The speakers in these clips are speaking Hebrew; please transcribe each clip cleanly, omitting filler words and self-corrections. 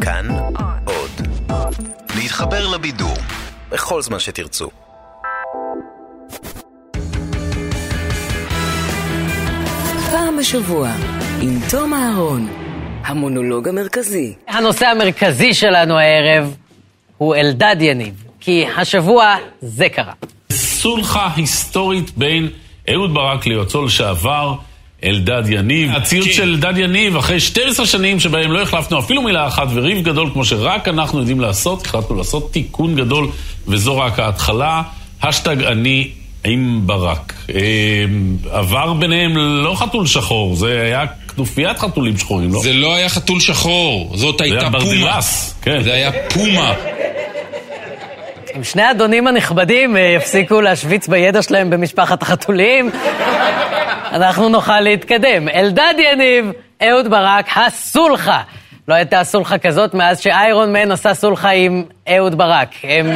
כאן עוד. להתחבר לבידור בכל זמן שתרצו. פעם בשבוע עם תום אהרון, המונולוג המרכזי. הנושא המרכזי שלנו הערב הוא אלדד יניב, כי השבוע זה קרה. סולחה היסטורית בין אהוד ברק ליועצו לשעבר אלדד יניב. הציוץ של אלדד יניב, אחרי 12 שנים שבהם לא החלפנו אפילו מילה אחת וריב גדול כמו שרק אנחנו יודעים לעשות, החלטנו לעשות תיקון גדול, וזו רק ההתחלה. השטג אני עם ברק. עבר ביניהם לא חתול שחור, זה היה כנופיית חתולים שחורים, לא? זה לא היה חתול שחור, זאת הייתה פומה. זה היה ברדילס, כן. זה היה פומה. אם שני האדונים הנכבדים יפסיקו להשוויץ בידע שלהם במשפחת החתולים, אנחנו נוכל להתקדם. אלדד יניב, אהוד ברק, הסולחה. לא הייתה סולחה כזאת מאז שאיירון מן עשה סולחה עם אהוד ברק.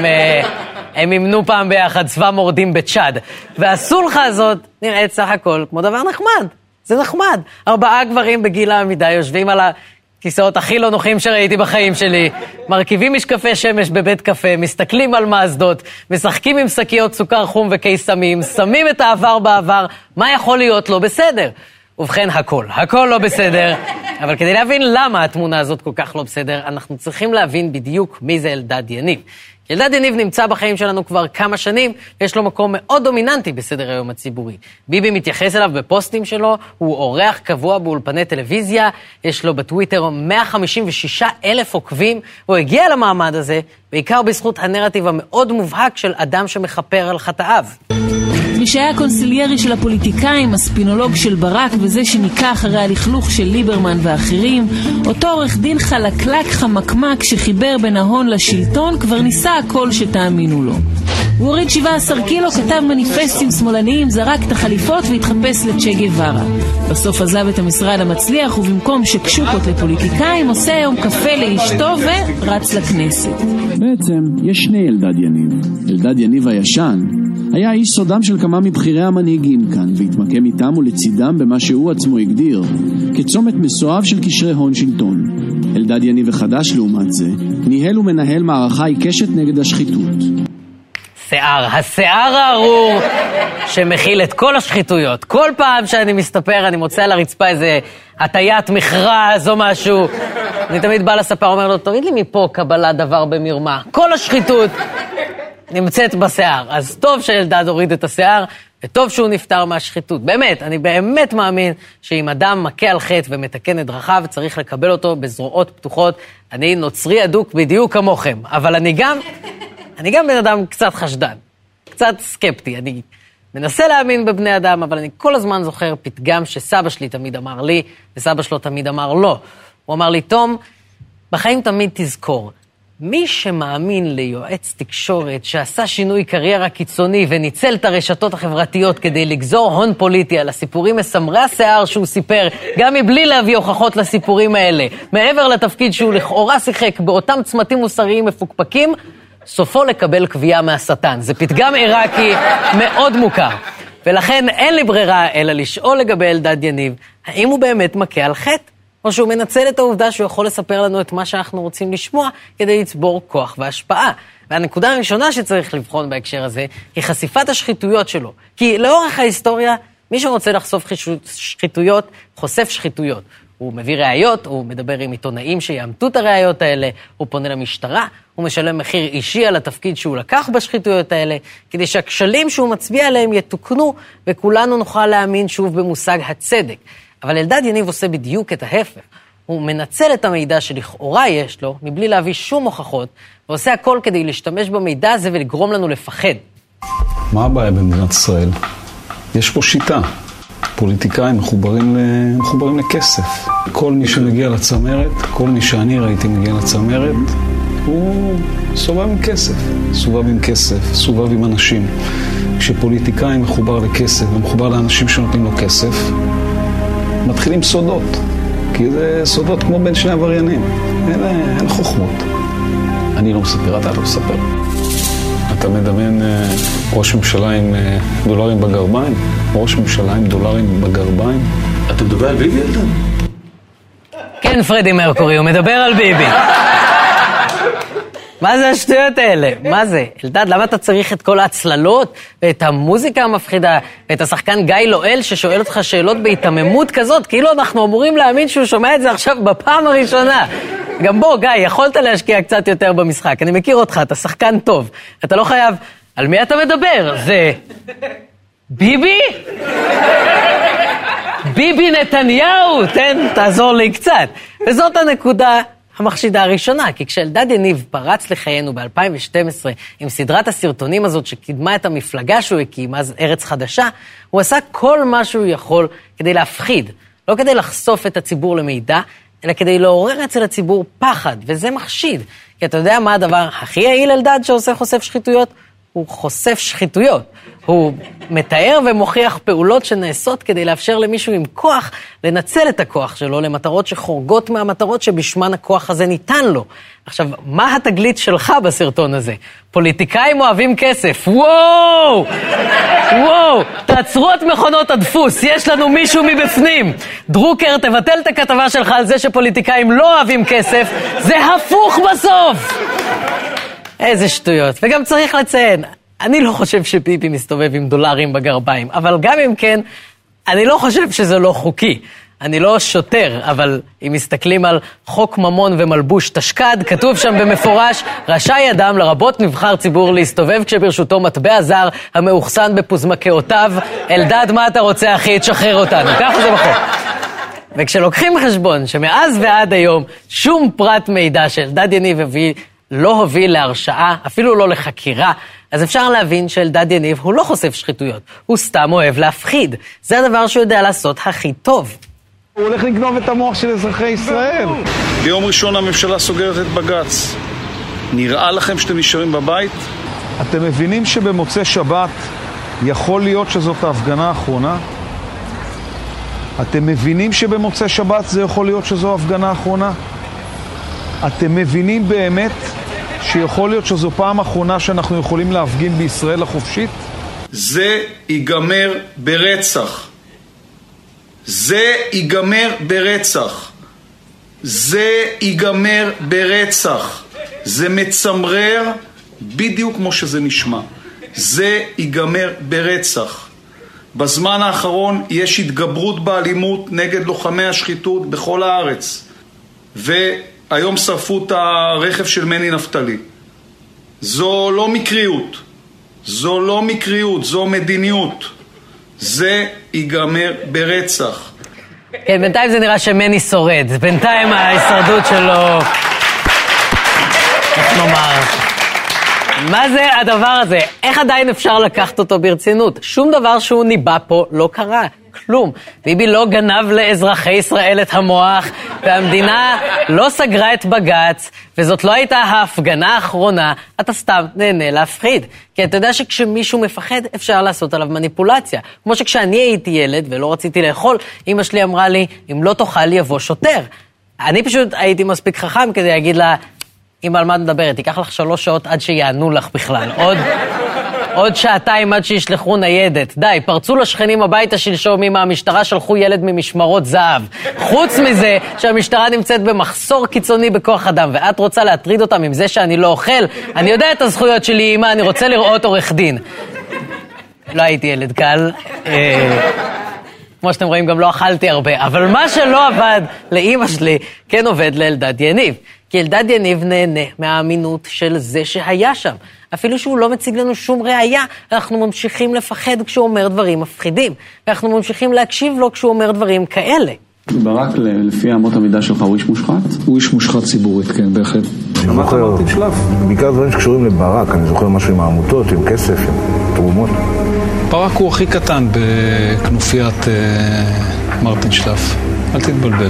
הם אימנו פעם ביחד צבא מורדים בצ'אד. והסולחה הזאת נראית סך הכל כמו דבר נחמד. זה נחמד. 4 גברים בגיל העמידה יושבים על הכיסאות הכי לא נוחים שראיתי בחיים שלי, מרכיבים משקפי שמש בבית קפה, מסתכלים על מאזדות, משחקים עם שקיות סוכר חום וקיסמים, שמים את העבר בעבר. מה יכול להיות לא בסדר? ובכן, הכל לא בסדר. אבל כדי להבין למה התמונה הזאת כל כך לא בסדר, אנחנו צריכים להבין בדיוק מי זה אלדד יניב. אלדד יניב נמצא בחיים שלנו כבר כמה שנים, יש לו מקום מאוד דומיננטי בסדר היום הציבורי. ביבי מתייחס אליו בפוסטים שלו, הוא אורח קבוע באולפני טלוויזיה, יש לו בטוויטר 156,000 עוקבים, הוא הגיע למעמד הזה, בעיקר בזכות הנרטיב המאוד מובהק של אדם שמחפר על חטאיו. מי שהיה קונסיליירי של הפוליטיקאים, הספינולוג של ברק וזה שניקה אחרי הלכלוך של ליברמן ואחרים, אותו עורך דין חלקלק חמקמק שחיבר בין ההון לשלטון, כבר ניסה הכל שתאמינו לו. הוא הוריד 17 קילו, כתב מניפסטים שמאלניים, זרק את החליפות והתחפש לצ'ה גווארה. בסוף עזב את המשרד המצליח, ובמקום שקשוקות לפוליטיקאים, עושה היום קפה לאשתו ורץ לכנסת. בעצם יש שני אלדד יניב. אלדד יניב הישן היה איש סודם של כמה מבחירי המנהיגים כאן, והתמקם איתם ולצידם במה שהוא עצמו הגדיר כצומת מסואב של קשרי הון שלטון. אלדד יניב החדש לעומת זה ניהל ומנהל מערכה עיקשת נגד השחיתות. השיער הארור שמכיל את כל השחיתויות. כל פעם שאני מסתפר אני מוצא על הרצפה איזה הטיית מכרז או משהו, אני תמיד בא לספר, אומר לו, תוריד לי מפה קבלה דבר במרמה. כל השחיתות נמצאת בשיער. אז טוב שאלדד הוריד את השיער, וטוב שהוא נפטר מהשחיתות. באמת, אני באמת מאמין שאם אדם מכה על חטא ומתקן את דרכיו, צריך לקבל אותו בזרועות פתוחות. אני נוצרי אדוק בדיוק כמוכם, אבל אני גם בן אדם קצת חשדן, קצת סקפטי. אני מנסה להאמין בבני אדם, אבל אני כל הזמן זוכר פתגם שסבא שלי תמיד אמר לי, וסבא שלו תמיד אמר לו. הוא אמר לי, תום, בחיים תמיד תזכור, מי שמאמין ליועץ תקשורת שעשה שינוי קריירה קיצוני וניצל את הרשתות החברתיות כדי לגזור הון פוליטי על הסיפורים מסמרי השיער שהוא סיפר, גם מבלי להביא הוכחות לסיפורים האלה, מעבר לתפקיד שהוא לכאורה שיחק באותם צמתים מוסריים מפוקפקים, סופו לקבל קביעה מהשטן. זה פתגם עיראקי מאוד מוכר. ולכן אין לי ברירה אלא לשאול לגבי אלדד יניב, האם הוא באמת מכה על חטא? או שהוא מנצל את העובדה שהוא יכול לספר לנו את מה שאנחנו רוצים לשמוע כדי לצבור כוח והשפעה. והנקודה הראשונה שצריך לבחון בהקשר הזה היא חשיפת השחיתויות שלו. כי לאורך ההיסטוריה, מי שרוצה לחשוף שחיתויות, חושף שחיתויות. הוא מביא ראיות, הוא מדבר עם עיתונאים שיאמתו את הראיות האלה, הוא פונה למשטרה, הוא משלם מחיר אישי על התפקיד שהוא לקח בשחיתויות האלה, כדי שהכשלים שהוא מצביע עליהם יתוקנו, וכולנו נוכל להאמין שוב במושג הצדק. אבל אלדד יניב עושה בדיוק את ההפך. הוא מנצל את המידע שלכאורה יש לו, מבלי להביא שום הוכחות, ועושה הכל כדי להשתמש במידע הזה ולגרום לנו לפחד. מה הבעיה במדינת ישראל? יש פה שיטה. פוליטיקאים מחוברים לכסף. כל מי שמגיע לצמרת, כל מי שאני ראיתי מגיע לצמרת, הוא סובב עם כסף. סובב עם כסף, סובב עם אנשים. כשפוליטיקאי מחובר לכסף ומחובר לאנשים שנותנים לו כסף, מתחילים סודות. כי זה סודות כמו בין שני עבריינים. אין חוכמות. אני לא מספר, אתה לא מספר. אתה מדמיין ראש ממשלה עם דולרים בגרביים? ראש ממשלה עם דולרים בגרביים? אתה מדבר על ביבי אלדד? כן, פרדי מרקורי, הוא מדבר על ביבי. מה זה השטויות האלה? מה זה? אלדד, למה אתה צריך את כל ההצללות ואת המוזיקה המפחידה ואת השחקן גיא לואל ששואל אותך שאלות בהתממות כזאת? כאילו אנחנו אמורים להאמין שהוא שומע את זה עכשיו בפעם הראשונה. גם בוא, גיא, יכולת להשקיע קצת יותר במשחק. אני מכיר אותך, אתה שחקן טוב. אתה לא חייב... על מי אתה מדבר? זה... ביבי? ביבי נתניהו, תעזור לי קצת. וזאת הנקודה המחשידה הראשונה, כי כשאלדד יניב פרץ לחיינו ב-2012 עם סדרת הסרטונים הזאת שקידמה את המפלגה שהוא הקים, אז ארץ חדשה, הוא עשה כל מה שהוא יכול כדי להפחיד, לא כדי לחשוף את הציבור למידע, אלא כדי לעורר אצל הציבור פחד, וזה מחשיד. כי אתה יודע מה הדבר הכי יעיל אלדד שעושה חושף שחיתויות? הוא חושף שחיתויות. הוא מתאר ומוכיח פעולות שנעשות כדי לאפשר למישהו עם כוח לנצל את הכוח שלו למטרות שחורגות מהמטרות שבשמן הכוח הזה ניתן לו. עכשיו, מה התגלית שלך בסרטון הזה? פוליטיקאים אוהבים כסף. וואו! וואו! תעצרו את מכונות הדפוס, יש לנו מישהו מבפנים. דרוקר, תבטל את הכתבה שלך על זה שפוליטיקאים לא אוהבים כסף. זה הפוך בסוף! איזה שטויות. וגם צריך לציין, אני לא חושב שביבי מסתובב עם דולרים בגרביים, אבל גם אם כן, אני לא חושב שזה לא חוקי. אני לא שוטר, אבל אם מסתכלים על חוק ממון ומלבוש תשקד, כתוב שם במפורש, רשאי אדם לרבות נבחר ציבור להסתובב כשברשותו מטבע זר המאוחסן בפוזמקאותיו. אלדד, מה אתה רוצה אחי? תשחרר אותנו. ככה זה בחוק. וכשלוקחים חשבון שמאז ועד היום שום פרט מידע שאלדד יניב לא הוביל להרשעה, אפילו לא לחקירה, אז אפשר להבין שאלדד יניב הוא לא חושף שחיתויות, הוא סתם אוהב להפחיד. זה הדבר שהוא יודע לעשות הכי טוב. הוא הולך לגנוב את המוח של אזרחי ישראל. ביום ראשון הממשלה סוגרת את בג"ץ. נראה לכם שאתם נשארים בבית? אתם מבינים שבמוצאי שבת יכול להיות שזאת ההפגנה האחרונה? אתם מבינים שבמוצאי שבת זה יכול להיות שזו ההפגנה האחרונה? אתם מבינים באמת שיכול להיות שזו פעם אחרונה שאנחנו יכולים להפגין בישראל החופשית? זה ייגמר ברצח. זה ייגמר ברצח. זה ייגמר ברצח. זה מצמרר בדיוק כמו שזה נשמע. זה ייגמר ברצח. בזמן האחרון יש התגברות באלימות נגד לוחמי השחיתות בכל הארץ. והיום שרפו את הרכב של מני נפתלי. זו לא מקריות. זו לא מקריות, זו מדיניות. זה ייגמר ברצח. כן, בינתיים זה נראה שמני שורד. בינתיים ההישרדות שלו... איך נאמר? מה זה הדבר הזה? איך עדיין אפשר לקחת אותו ברצינות? שום דבר שהוא ניבא פה לא קרה. כלום. ביבי לא גנב לאזרחי ישראל את המוח, והמדינה לא סגרה את בג"ץ, וזאת לא הייתה ההפגנה האחרונה, אתה סתם נהנה להפחיד. כי אתה יודע שכשמישהו מפחד אפשר לעשות עליו מניפולציה. כמו שכשאני הייתי ילד ולא רציתי לאכול, אמא שלי אמרה לי, אם לא תאכל יבוא שוטר. אני פשוט הייתי מספיק חכם כדי להגיד לה, אמא, על מה מדברת? תיקח לך 3 שעות עד שיענו לך בכלל. עוד שעתיים עד שישלחו ניידת. די, פרצו לשכנים הביתה שלשום עם המשטרה, שלחו ילד ממשמרות זהב. חוץ מזה שהמשטרה נמצאת במחסור קיצוני בכוח אדם, ואת רוצה להטריד אותם עם זה שאני לא אוכל? אני יודע את הזכויות שלי, אמא, אני רוצה לראות עורך דין. לא הייתי ילד קל. כמו שאתם רואים, גם לא אכלתי הרבה. אבל מה שלא עבד לאמא שלי, כן עובד לאלדד יניב. כי אלדד יניב נהנה מהאמינות של זה שהיה שם. אפילו שהוא לא מציג לנו שום ראייה, אנחנו ממשיכים לפחד כשהוא אומר דברים מפחידים. ואנחנו ממשיכים להקשיב לו כשהוא אומר דברים כאלה. ברק, לפי אמות המידה שלך, הוא איש מושחת? הוא איש מושחת ציבורית, כן, בהחלט. אני זוכר, בעיקר דברים שקשורים לברק, אני זוכר משהו עם העמותות, עם כסף, עם תרומות. ברק הוא הכי קטן בכנופיית מרטין שלף. אל תתבלבל.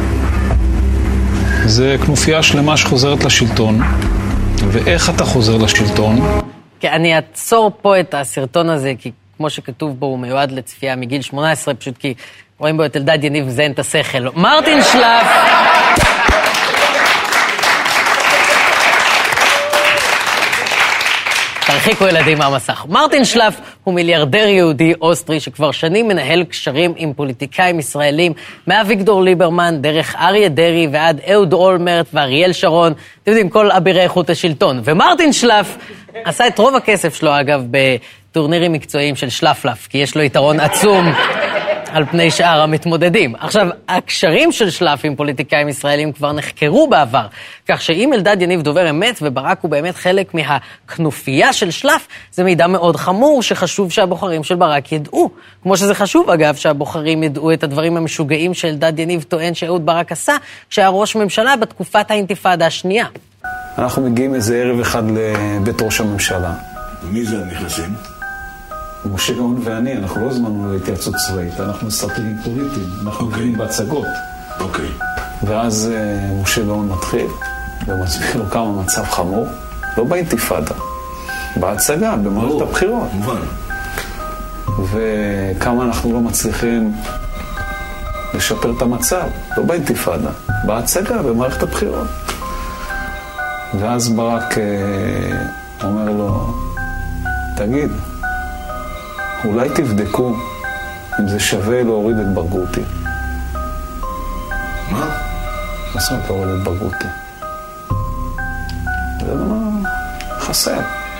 זה כנופיה שלמה שחוזרת לשלטון, ואיך אתה חוזר לשלטון? כן, אני אעצור פה את הסרטון הזה, כי כמו שכתוב בו הוא מיועד לצפייה מגיל 18, פשוט כי רואים בו את אלדד יניב זן את השכל. מרטין שלף... תרחיקו ילדים מהמסך. מרטין שלף הוא מיליארדר יהודי אוסטרי שכבר שנים מנהל קשרים עם פוליטיקאים ישראלים, מאביגדור ליברמן, דרך אריה דרעי ועד אהוד אולמרט ואריאל שרון, אתם יודעים, כל אבירי איכות השלטון. ומרטין שלף עשה את רוב הכסף שלו, אגב, בטורנירים מקצועיים של שלפלף, כי יש לו יתרון עצום על פני שאר המתמודדים. עכשיו, הקשרים של שלף עם פוליטיקאים ישראלים כבר נחקרו בעבר, כך שאם אלדד יניב דובר אמת וברק הוא באמת חלק מהכנופיה של שלף, זה מידע מאוד חמור שחשוב שהבוחרים של ברק ידעו. כמו שזה חשוב, אגב, שהבוחרים ידעו את הדברים המשוגעים שאלדד יניב טוען שאהוד ברק עשה, כשהיה ראש ממשלה בתקופת האינתיפאדה השנייה. אנחנו מגיעים איזה ערב אחד לבית ראש הממשלה. מי זה נכנסים? משה גאון ואני, אנחנו לא זמנו להתייעצות צבאית, אנחנו אסטרטגיים פוליטיים, אנחנו מבינים בהצגות. אוקיי. ואז משה גאון מתחיל, ומצביע לו כמה מצב חמור, לא באינתיפאדה, בהצגה, במערכת הבחירות. מובן. וכמה אנחנו לא מצליחים לשפר את המצב, לא באינתיפאדה, בהצגה, במערכת הבחירות. ואז ברק אומר לו, תגיד, אולי תבדקו אם זה שווה להוריד את ברגותי. מה? מה זאת אומרת להוריד את ברגותי? זה דבר חסר.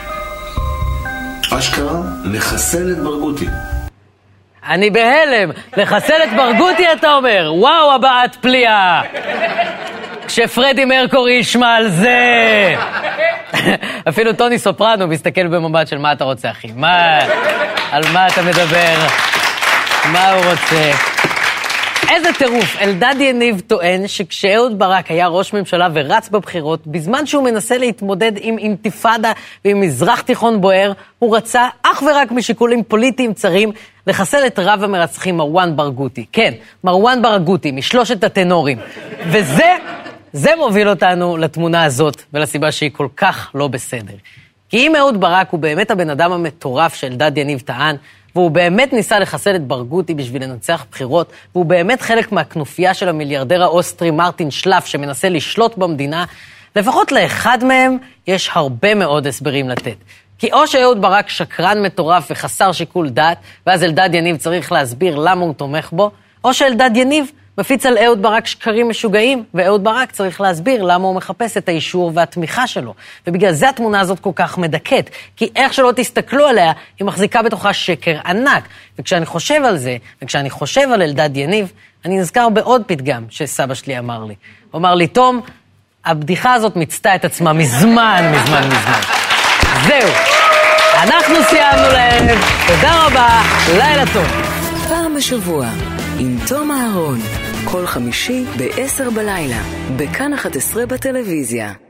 אשכרה לחסל את ברגותי. אני בהלם. לחסל את ברגותי אתה אומר. וואו, הבעת פליאה. כשפרדי מרקורי ישמע על זה. אפילו טוני סופרנו מסתכל במבט של מה אתה רוצה, אחי? על מה אתה מדבר? מה הוא רוצה? איזה טירוף. אלדד יניב טוען שכשאהוד ברק היה ראש ממשלה ורץ בבחירות, בזמן שהוא מנסה להתמודד עם אינתיפאדה ועם מזרח תיכון בוער, הוא רצה אך ורק משיקולים פוליטיים צרים לחסל את רב המרצחים מרואן ברגותי. כן, מרואן ברגותי, משלושת הטנורים. זה מוביל אותנו לתמונה הזאת, ולסיבה שהיא כל כך לא בסדר. כי אם אהוד ברק הוא באמת הבן אדם המטורף שאלדד יניב טען, והוא באמת ניסה לחסל את ברגותי בשביל לנצח בחירות, והוא באמת חלק מהכנופיה של המיליארדר האוסטרי מרטין שלף שמנסה לשלוט במדינה, לפחות לאחד מהם יש הרבה מאוד הסברים לתת. כי או שאהוד ברק שקרן מטורף וחסר שיקול דעת, ואז אלדד יניב צריך להסביר למה הוא תומך בו, או שאלדד יניב מפיץ על אהוד ברק שקרים משוגעים, ואהוד ברק צריך להסביר למה הוא מחפש את האישור והתמיכה שלו. ובגלל זה התמונה הזאת כל כך מדכאת, כי איך שלא תסתכלו עליה, היא מחזיקה בתוכה שקר ענק. וכשאני חושב על זה, וכשאני חושב על אלדד יניב, אני נזכר בעוד פתגם שסבא שלי אמר לי. הוא אמר לי, תום, הבדיחה הזאת מצטה את עצמה מזמן. זהו. אנחנו סיימנו לערב. תודה רבה, לילה טוב. פעם בשבוע, עם תום אהרון. כל חמישי ב-10 בלילה, בכאן 11 בטלוויזיה.